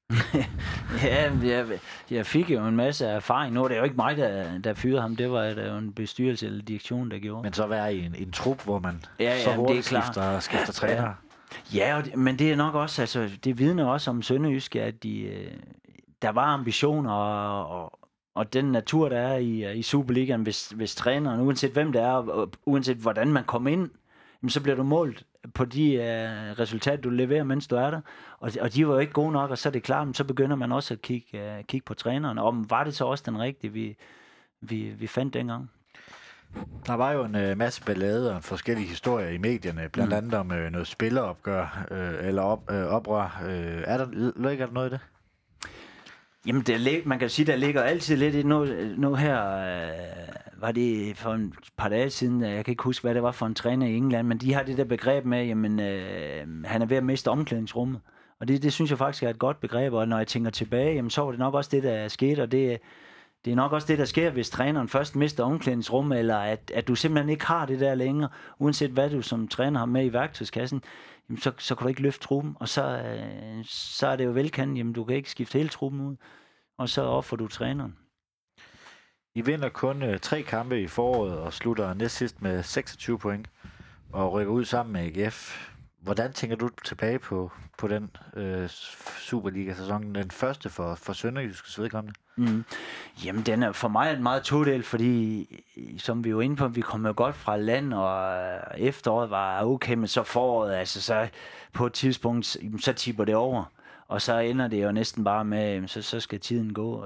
Jeg fik jo en masse erfaring. Nu er det jo ikke mig, der fyrede ham. Det var jo en bestyrelse eller direktion, der gjorde. Men så være i en trup, hvor man så hurtigt skifter træner. Ja, men det er nok også, altså, det vidner også om Sønderjyske, at der var ambitioner, og den natur, der er i Superligaen, hvis træneren, uanset hvem det er, og uanset hvordan man kommer ind, så bliver du målt på de resultater, du leverer, mens du er der. Og de var jo ikke gode nok, og så er det klart, så begynder man også at kigge på træneren. Og var det så også den rigtige, vi fandt dengang? Der var jo en masse ballade og forskellige historier i medierne, blandt andet om noget spilleropgør eller oprør. Ligger der noget i det? Jamen, man kan sige, der ligger altid lidt i nu her. Var det for et par dage siden, jeg kan ikke huske, hvad det var for en træner i England, men de har det der begreb med, jamen, han er ved at miste omklædningsrummet. Og det synes jeg faktisk er et godt begreb, og når jeg tænker tilbage, jamen, så var det nok også det, der skete, og det er nok også det, der sker, hvis træneren først mister omklædningsrummet, eller at du simpelthen ikke har det der længere, uanset hvad du som træner har med i værktøjskassen, jamen, så kan du ikke løfte truppen, og så er det jo velkendt, jamen du kan ikke skifte hele truppen ud, og så offer du træneren. I vinder kun 3 kampe i foråret og slutter næstsidst med 26 point og rykker ud sammen med AGF. Hvordan tænker du tilbage på den Superliga-sæson, den første for Sønderjyskes vedkommende? Jamen, den er for mig et meget todelt, fordi som vi jo inde på, vi kom jo godt fra land, og efteråret var okay, men så foråret, altså så på et tidspunkt, så tipper det over, og så ender det jo næsten bare med, så skal tiden gå.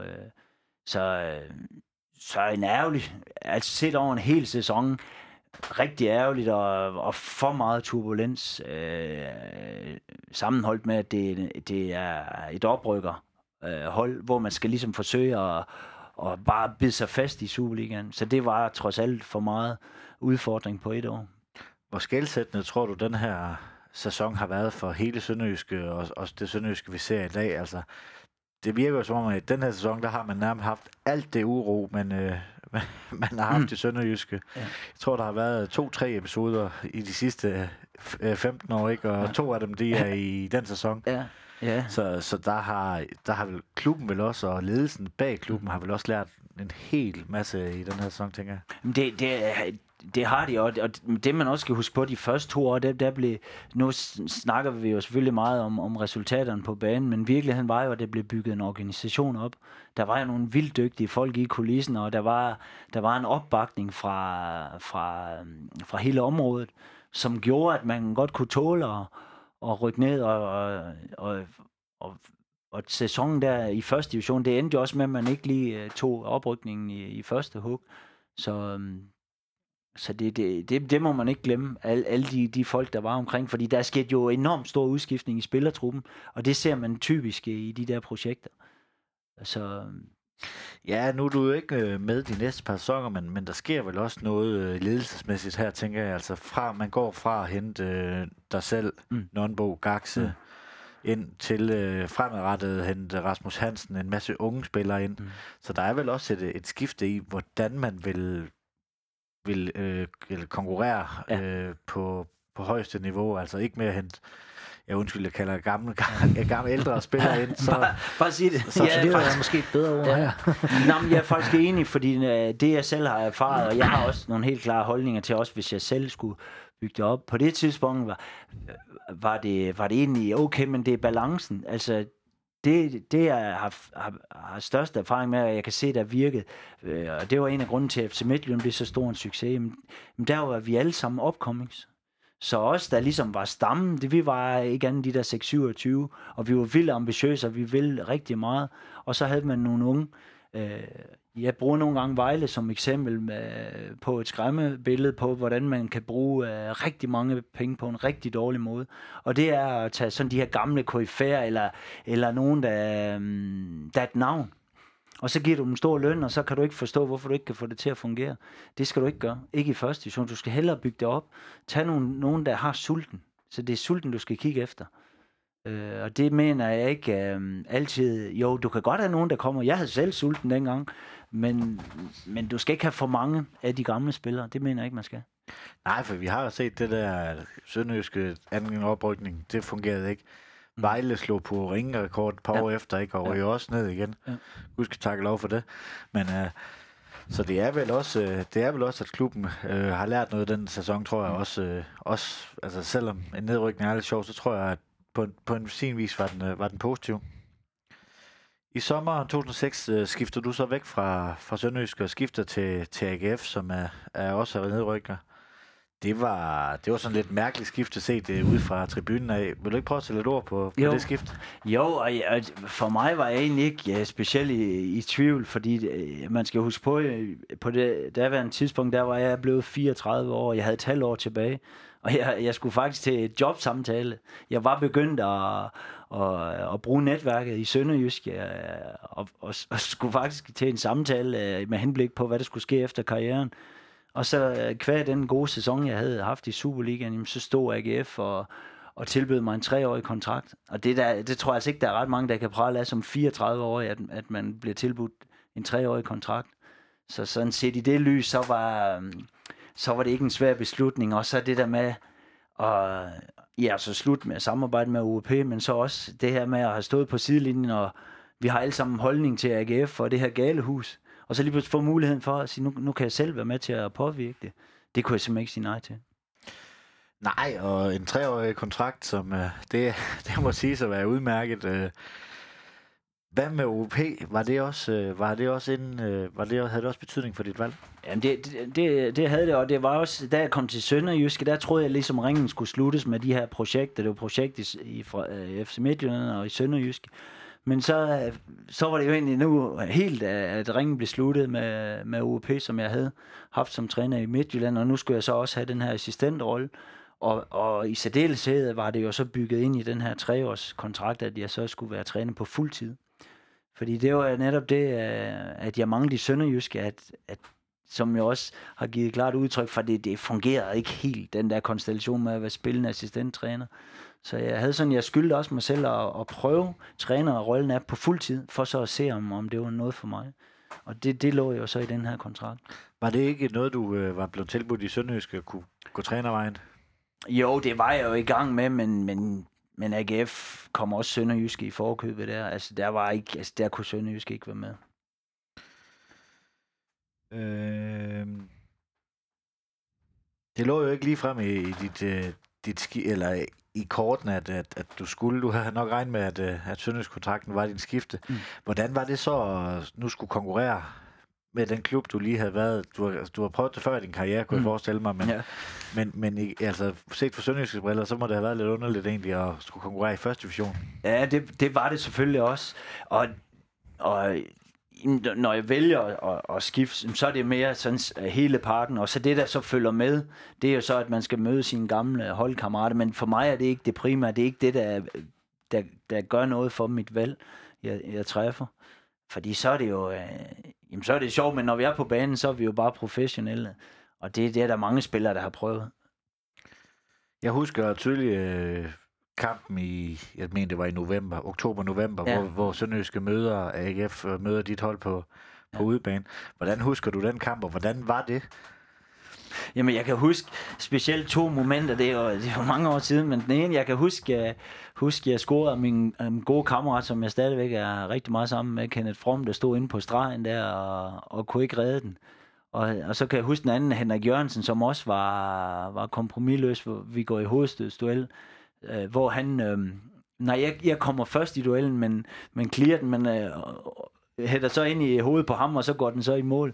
Så en ærgerlig, altså set over en hel sæson, rigtig ærgerligt og for meget turbulens sammenholdt med, at det er et oprykker hold, hvor man skal ligesom forsøge at bare bide sig fast i Superligaen. Så det var trods alt for meget udfordring på et år. Hvor skelsættende tror du, den her sæson har været for hele Sønderjyske, og det Sønderjyske, vi ser i dag? Altså, det virker jo som om, at den her sæson, der har man nærmest haft alt det uro, man har haft i Sønderjyske. Ja. Jeg tror, der har været 2-3 episoder i de sidste 15 år, ikke? Og 2 af dem, de er i den sæson. Ja. Ja. Så der har vel klubben vel også, og ledelsen bag klubben har vel også lært en hel masse i den her sæson, tænker jeg. Det har de, og det man også skal huske på de første 2 år, nu snakker vi jo selvfølgelig meget om resultaterne på banen, men virkeligheden var jo, at det blev bygget en organisation op. Der var jo nogle vildt dygtige folk i kulissen, og der var en opbakning fra hele området, som gjorde, at man godt kunne tåle at rykke ned, og sæsonen der i første division, det endte jo også med, at man ikke lige tog oprykningen i første hug. Så det må man ikke glemme, alle de folk, der var omkring, fordi der skete jo enormt stor udskiftning i spillertruppen, og det ser man typisk i de der projekter. Så Ja, nu er du jo ikke med de næste par sæsoner, men der sker vel også noget ledelsesmæssigt her, tænker jeg. Altså man går fra at hente dig selv, Nonbo, Gaxe, ind til fremadrettet hente Rasmus Hansen, en masse unge spillere ind. Så der er vel også et skifte i, hvordan man vil konkurrere på højeste niveau. Altså ikke mere at hente, jeg kalder gamle ældre spillere ind. Så, bare sige det. Så det er måske et bedre ord her. Nå, men jeg er faktisk enig, fordi det jeg selv har erfaret, og jeg har også nogle helt klare holdninger til, også hvis jeg selv skulle bygge det op. På det tidspunkt var det egentlig okay, men det er balancen. Altså, det jeg har største erfaring med, og jeg kan se, der virkede, og det var en af grunden til, at FC Midtjylland blev så stor en succes, men der var vi alle sammen opkommings. Så os, der ligesom var stammen, vi var ikke andet de der 6-27, og vi var vildt ambitiøse, og vi ville rigtig meget. Og så havde man nogle unge. Jeg bruger nogle gange Vejle som eksempel på et skræmmebillede på, hvordan man kan bruge rigtig mange penge på en rigtig dårlig måde. Og det er at tage sådan de her gamle koryfærer, eller nogen, der er et navn. Og så giver du dem stor løn, og så kan du ikke forstå, hvorfor du ikke kan få det til at fungere. Det skal du ikke gøre. Ikke i første division. Du skal hellere bygge det op. Tag nogen, der har sulten. Så det er sulten, du skal kigge efter. Og det mener jeg ikke altid. Jo, du kan godt have nogen, der kommer. Jeg havde selv sulten dengang. Men du skal ikke have for mange af de gamle spillere. Det mener jeg ikke, man skal. Nej, for vi har jo set det der sønderjyske anden oprykning. Det fungerede ikke. Vejle slog på ringerekord et par år efter, ikke? Og røg også ned igen. Ja. Gud skal takke lov for det. Men så det er vel også, at klubben har lært noget den sæson, tror jeg også. Altså selvom en nedrykning er lidt sjov, så tror jeg, at på en sin vis var den positiv. I sommeren 2006 skifter du så væk fra Sønderjysk og skifter til AGF, som er også nedrykker. Det var sådan lidt mærkeligt skift at se det ude fra tribunen af. Vil du ikke prøve at sætte lidt ord på det skift? Jo, og for mig var jeg egentlig ikke specielt i tvivl, fordi man skal huske på det daværende tidspunkt, der var jeg blevet 34 år, jeg havde et halvt år tilbage, og jeg skulle faktisk til et jobsamtale. Jeg var begyndt at bruge netværket i Sønderjysk, og skulle faktisk til en samtale med henblik på, hvad der skulle ske efter karrieren. Og så hver den gode sæson, jeg havde haft i Superligaen, så stod AGF og tilbød mig en 3-årig kontrakt. Og det tror jeg altså ikke, der er ret mange, der kan prale af som 34-årig, at man bliver tilbudt en 3-årig kontrakt. Så sådan set i det lys, så var det ikke en svær beslutning. Og så det der med så slut med at samarbejde med UEP, men så også det her med at have stået på sidelinjen, og vi har alle sammen holdning til AGF og det her galehus. Og så lige pludselig få muligheden for at sige, nu kan jeg selv være med til at påvirke det. Det kunne jeg simpelthen ikke sige nej til. Nej, og en 3-årig kontrakt, som det må sige at være udmærket. Hvad med OP? Havde det også betydning for dit valg? Jamen det havde det, og det var også, da jeg kom til Sønderjyske, der troede jeg ligesom ringen skulle sluttes med de her projekter. Det var projekt i FC Midtjylland og i Sønderjyske. Men så var det jo egentlig nu helt, at ringen blev sluttet med UEP, som jeg havde haft som træner i Midtjylland, og nu skulle jeg så også have den her assistentrolle. Og i særdeleshed var det jo så bygget ind i den her 3-års kontrakt, at jeg så skulle være træner på fuld tid. Fordi det var netop det, at jeg manglede i Sønderjyske, at som jeg også har givet klart udtryk for, det fungerede ikke helt, den der konstellation med at være spillende assistenttræner. Så jeg havde sådan, jeg skyldte også mig selv at prøve trænerrollen af på fuld tid, for så at se, om det var noget for mig. Og det lå jo så i den her kontrakt. Var det ikke noget, du var blevet tilbudt i Sønderjyske at kunne gå trænervejen? Jo, det var jeg jo i gang med, men AGF kom også Sønderjyske i forkøbet der. Altså der kunne Sønderjyske ikke være med. Det lå jo ikke lige frem i dit i kortene, at du havde nok regnet med, at Sønderjysk-kontrakten var din skifte. Hvordan var det så at nu skulle konkurrere med den klub, du lige havde været? Du har prøvet det før i din karriere, kunne jeg forestille mig, men altså, set for Sønderjyske briller, så må det have været lidt underligt egentlig at skulle konkurrere i første division. Ja, det var det selvfølgelig også. Og når jeg vælger at skifte, så er det mere sådan hele parten, og så det, der så følger med, det er jo så, at man skal møde sine gamle holdkammerater, men for mig er det ikke det primære, det er ikke det, der gør noget for mit valg, jeg træffer. Fordi så er det jo, jamen så er det sjovt, men når vi er på banen, så er vi jo bare professionelle. Og det er der mange spillere, der har prøvet. Jeg husker tydeligt kampen jeg mener det var i oktober-november, Ja. hvor Sønderjyske møder AGF møder dit hold på udebane. Hvordan husker du den kamp, og hvordan var det? Jamen, jeg kan huske specielt 2 momenter, det var mange år siden, men den ene, jeg kan huske, jeg scorede af min gode kammerat, som jeg stadigvæk er rigtig meget sammen med, Kenneth From, der stod inde på stregen der, og kunne ikke redde den. Og så kan jeg huske den anden, Henrik Jørgensen, som også var kompromisløs, hvor vi går i hovedstødsduel, hvor han... jeg kommer først i duellen, men clear den, men hætter så ind i hovedet på ham, og så går den så i mål.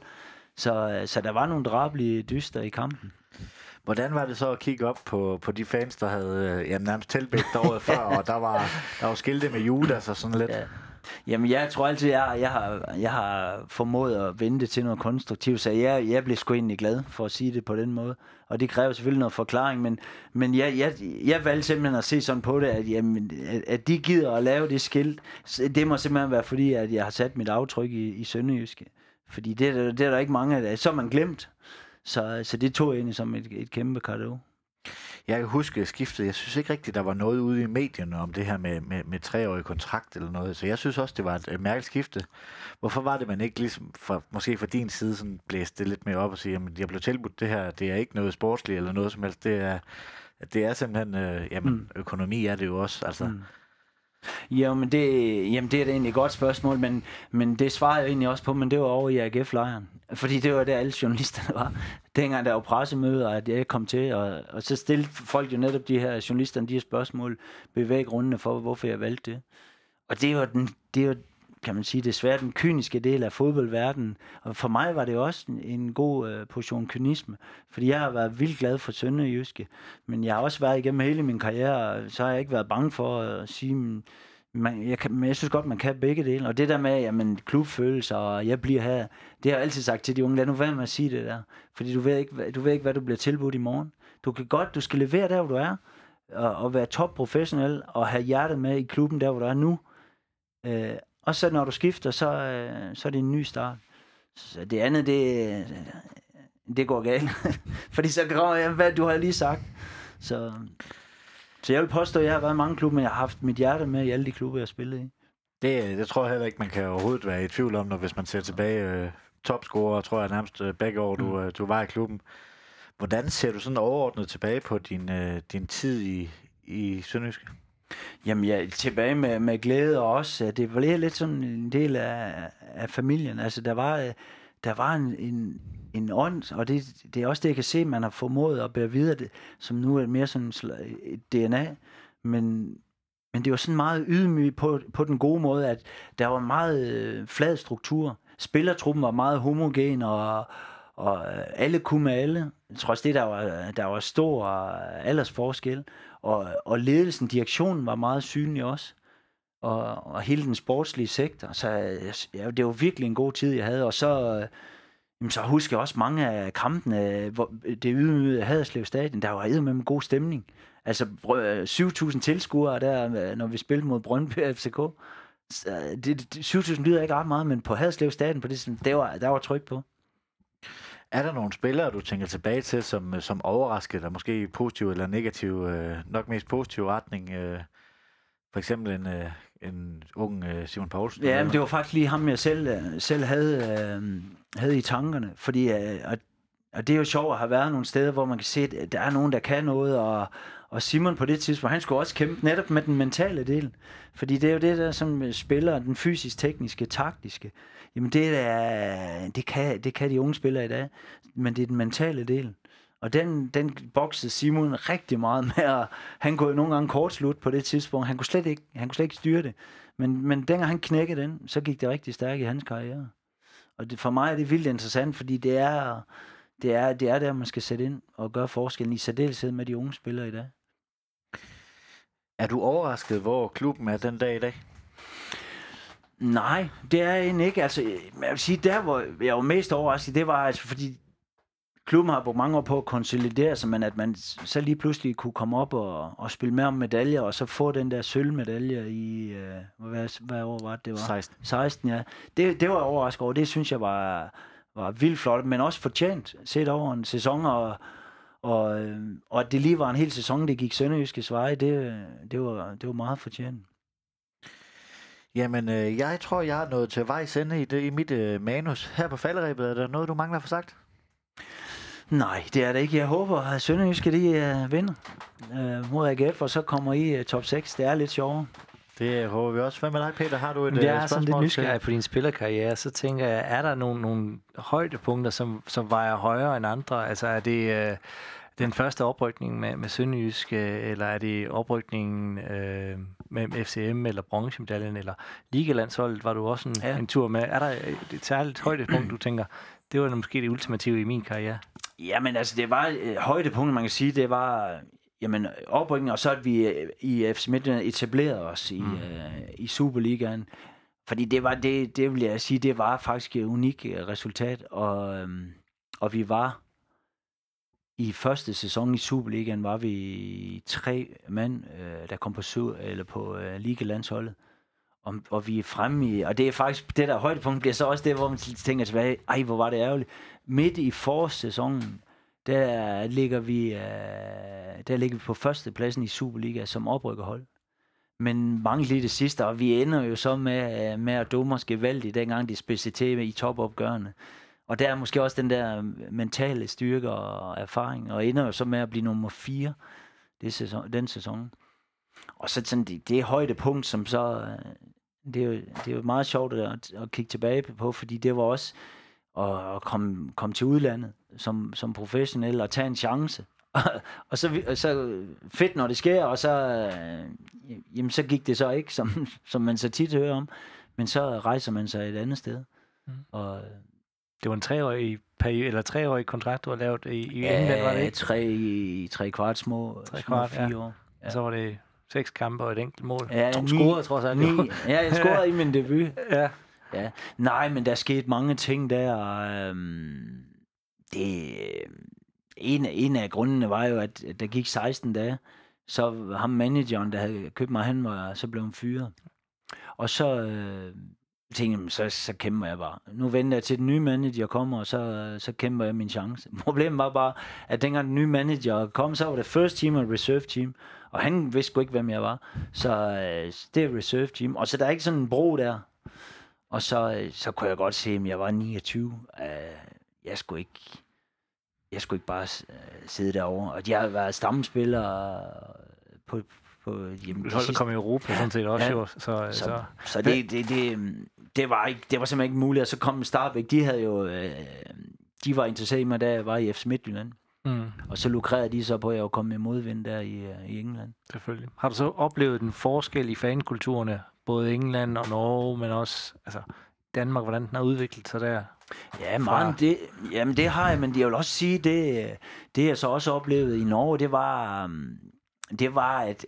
Så der var nogle drabelige dyster i kampen. Hvordan var det så at kigge op på de fans, der havde nærmest tilbedt året før, og der var skilte med Judas og sådan lidt? Ja. Jamen, jeg tror altid, jeg har formået at vende det til noget konstruktivt, så jeg blev sgu egentlig glad for at sige det på den måde. Og det kræver selvfølgelig noget forklaring, men jeg valgte simpelthen at se sådan på det, at de gider at lave det skilt. Det må simpelthen være fordi, at jeg har sat mit aftryk i Sønderjyske. Fordi det er der ikke mange af det. Så er man glemt. Så det tog jeg egentlig som et kæmpe cadeau. Jeg kan huske skiftet. Jeg synes ikke rigtigt, der var noget ude i medierne om det her med 3-årig kontrakt eller noget. Så jeg synes også, det var et mærkeligt skifte. Hvorfor var det, man ikke ligesom, måske fra din side, sådan blæste det lidt mere op og sige, jamen, jeg blev tilbudt det her, det er ikke noget sportsligt eller noget som helst. Det er simpelthen, økonomi er det jo også, altså. Jamen det er da egentlig et godt spørgsmål, men det svarede jeg egentlig også på, men det var over i AGF-lejren. Fordi det var der alle journalisterne var. Dengang der var pressemøder, at jeg kom til, og så stillede folk jo netop de her journalisterne de her spørgsmål, bevæggrundene for, hvorfor jeg valgte det. Og det var kan man sige, desværre den kyniske del af fodboldverdenen. Og for mig var det også en god portion kynisme, fordi jeg har været vildt glad for Sønderjyske, men jeg har også været igennem hele min karriere, så har jeg ikke været bange for at sige, men jeg synes godt, man kan begge dele. Og det der med, jamen, klubfølelser, og jeg bliver her, det har jeg altid sagt til de unge, lad nu være med at sige det der, fordi du ved ikke, hvad du bliver tilbudt i morgen. Du skal levere der, hvor du er, og være topprofessionel, og have hjertet med i klubben der, hvor du er nu. Og så når du skifter, så er det en ny start. Så det andet, det går galt. Fordi så graver jeg, hvad du har lige sagt. Så jeg vil påstå, at jeg har været i mange klubber, men jeg har haft mit hjerte med i alle de klubber, jeg har spillet i. Det tror jeg heller ikke, man kan overhovedet være i tvivl om, hvis man ser tilbage. Topscorer, tror jeg nærmest begge år, du var i klubben. Hvordan ser du sådan overordnet tilbage på din tid i Sønderjyske? Jamen, jeg er tilbage med glæde, og også, det var lidt sådan en del af familien. Altså, der var en ånd, og det er også det, jeg kan se, man har formået at bære videre, det, som nu er mere sådan et DNA. Men det var sådan meget ydmyg på den gode måde, at der var en meget flad struktur. Spillertruppen var meget homogen, og alle kunne med alle. Trods det, der var stor aldersforskel. Og ledelsen, direktionen var meget synlig også. Og hele den sportslige sektor. Så det var virkelig en god tid, jeg havde. Og så husker jeg også mange af kampene, hvor det ydmygede Haderslev Stadion, der var eddermame med god stemning. Altså 7.000 tilskuere der, når vi spillede mod Brøndby FCK. 7.000 lyder ikke ret meget, men på Haderslev Stadion, der var tryk på. Er der nogle spillere, du tænker tilbage til, som overraskede dig, måske i positiv eller negativ, nok mest positiv retning? For eksempel en ung Simon Poulsen? Ja, men det var faktisk lige ham, jeg selv havde i tankerne. Fordi, og det er jo sjovt at have været nogle steder, hvor man kan se, at der er nogen, der kan noget, og Simon på det tidspunkt, han skulle også kæmpe netop med den mentale del. Fordi det er jo det, der som spiller, den fysisk-tekniske, taktiske. Jamen det kan de unge spillere i dag, men det er den mentale del. Og den boksede Simon rigtig meget med, og han kunne nogle gange kortslut på det tidspunkt. Han kunne slet ikke styre det. Men dengang han knækkede den, så gik det rigtig stærkt i hans karriere. Og for mig er det vildt interessant, fordi det er der, man skal sætte ind og gøre forskellen i særdeleshed med de unge spillere i dag. Er du overrasket, hvor klubben er den dag i dag? Nej, det er jeg egentlig ikke. Altså, jeg vil sige, der hvor jeg var mest overrasket, det var altså, fordi klubben har brugt mange år på at konsolidere sig, men at man så lige pludselig kunne komme op og spille med om medaljer, og så få den der sølvmedalje i, hvad år var det var? 16, ja. Det var jeg overrasket over. Det synes jeg var vildt flot, men også fortjent set over en sæson, og at det lige var en hel sæson, det gik Sønderjyskes veje, det var meget fortjent. Jamen, jeg tror, jeg er nået til vejs ende i mit manus. Her på falderebet, er der noget, du mangler for sagt? Nej, det er det ikke. Jeg håber, at Sønderjyske vinder mod AGF, og så kommer I top 6. Det er lidt sjovere. Det håber vi også. Hvad med dig, Peter? Har du et spørgsmål? Jeg er sådan lidt nysgerrig på din spillerkarriere. Så tænker jeg, er der nogle højdepunkter, som vejer højere end andre? Altså er det den første oprykning med Sønderjyske, eller er det oprykningen med FCM, eller bronzemedaljen, eller Ligalandsholdet, var du også en tur med? Er der et særligt højdepunkt, du tænker, det var måske det ultimative i min karriere? Jamen altså, det var et højdepunkt, man kan sige, det var oprykning, og så at vi i FC Midtjylland etablerede os i Superligaen. Fordi det vil jeg sige, det var faktisk et unikt resultat, og vi var i første sæson i Superligaen, var vi 3 mand, der kom på Ligalandsholdet. Og vi er fremme i, og det er faktisk, det der højdepunkt bliver så også det, hvor man tænker tilbage, hvor var det ærgerligt. Midt i forårssæsonen, der ligger vi på førstepladsen i Superliga som oprykkerhold. Men mange lige det sidste, og vi ender jo så med at dumme os gevaldigt, dengang de spidste til i topopgørende. Og der er måske også den der mentale styrke og erfaring, og ender jo så med at blive nummer 4 den sæson. Og så sådan det højdepunkt, som så det er jo meget sjovt at kigge tilbage på, fordi det var også at komme til udlandet som professionel og tage en chance. og så fedt, når det sker, og så gik det så ikke, som man så tit hører om, men så rejser man sig et andet sted. Og det var en 3-årig periode, eller 3-årig kontrakt, du har lavet i England, var det ikke? 3/4 små 4 år. Ja. Så var det 6 kampe og et enkelt mål. Ja, 2 scorede, trods alt. Ja, jeg scorede i min debut. Ja. Nej, men der skete mange ting der. En af grundene var jo, at der gik 16 dage, så ham manageren, der havde købt mig, han var så blevet fyret. Og så tænkte jeg, så kæmper jeg bare. Nu venter jeg til den nye manager kommer, og så kæmper jeg min chance. Problemet var bare, at dengang den nye manager kom, så var det first team og reserve team. Og han vidste sgu ikke, hvem jeg var. Så det er reserve team. Og så der er ikke sådan en bro der. Og så kunne jeg godt se, at jeg var 29. Jeg skulle ikke bare sidde derovre. Og jeg har været stammespiller på holdet kom i Europa sådan set også, jo. Så det var simpelthen ikke muligt. Og så kom Starbæk, de var interesseret i mig, da jeg var i FC Midtjylland. Og så lukrerede de så på, at jeg var kommet i modvind der i England. Selvfølgelig. Har du så oplevet den forskel i fankulturerne, både England og Norge, men også Danmark, hvordan den har udviklet sig der? Ja, meget det har jeg, men jeg vil også sige, det jeg så også oplevede i Norge, det var, at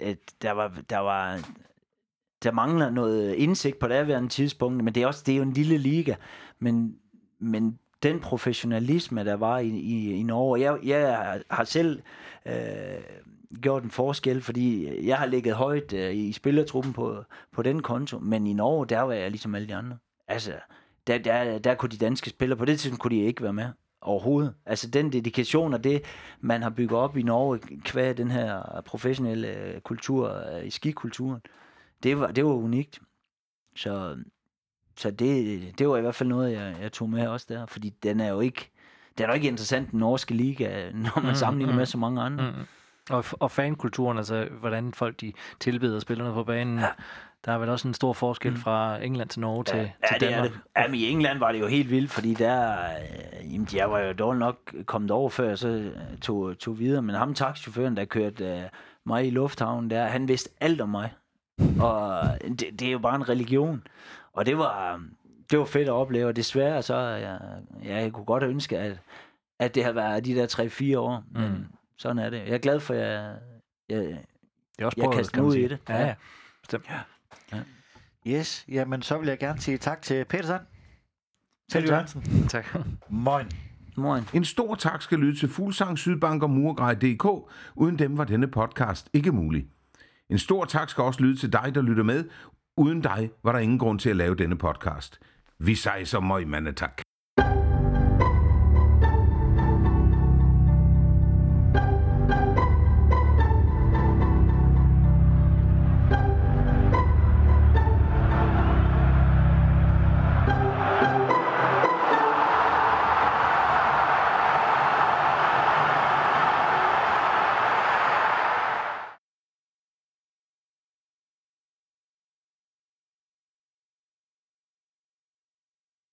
der mangler noget indsigt på det daværende tidspunkt, men det er jo en lille liga, men den professionalisme, der var i Norge, jeg har selv gjort en forskel, fordi jeg har ligget højt i spillertruppen på den konto, men i Norge, der var jeg ligesom alle de andre. Altså, der kunne de danske spillere, på det tidspunkt kunne de ikke være med overhovedet. Altså den dedikation og det, man har bygget op i Norge, kvad den her professionelle kultur, i skikulturen, det var unikt. Så det var i hvert fald noget, jeg tog med også der, fordi den er jo ikke interessant, den norske liga, når man sammenligner med så mange andre. Og fankulturen, altså hvordan folk de tilbeder spillerne på banen, der er vel også en stor forskel fra England til Norge til Danmark. Jamen i England var det jo helt vildt, fordi jeg var jo dårligt nok kommet over før, så tog videre, men ham taxichaufføren, der kørte mig i lufthavnen der, han vidste alt om mig. Og det er jo bare en religion. Og det var fedt at opleve, og desværre så, jeg kunne godt ønske, at det havde været de der 3-4 år, men sådan er det. Jeg er glad for, at jeg kaster mig ud i det. Ja. Bestemt. Ja. Yes, jamen så vil jeg gerne sige tak til Peter Sand. Selv Jørgensen. Tak. Moin. Moin. En stor tak skal lyde til Fuglsang, Sydbank og Murgrej.dk. Uden dem var denne podcast ikke mulig. En stor tak skal også lyde til dig, der lytter med. Uden dig var der ingen grund til at lave denne podcast. Vi siger så meget, mande tak.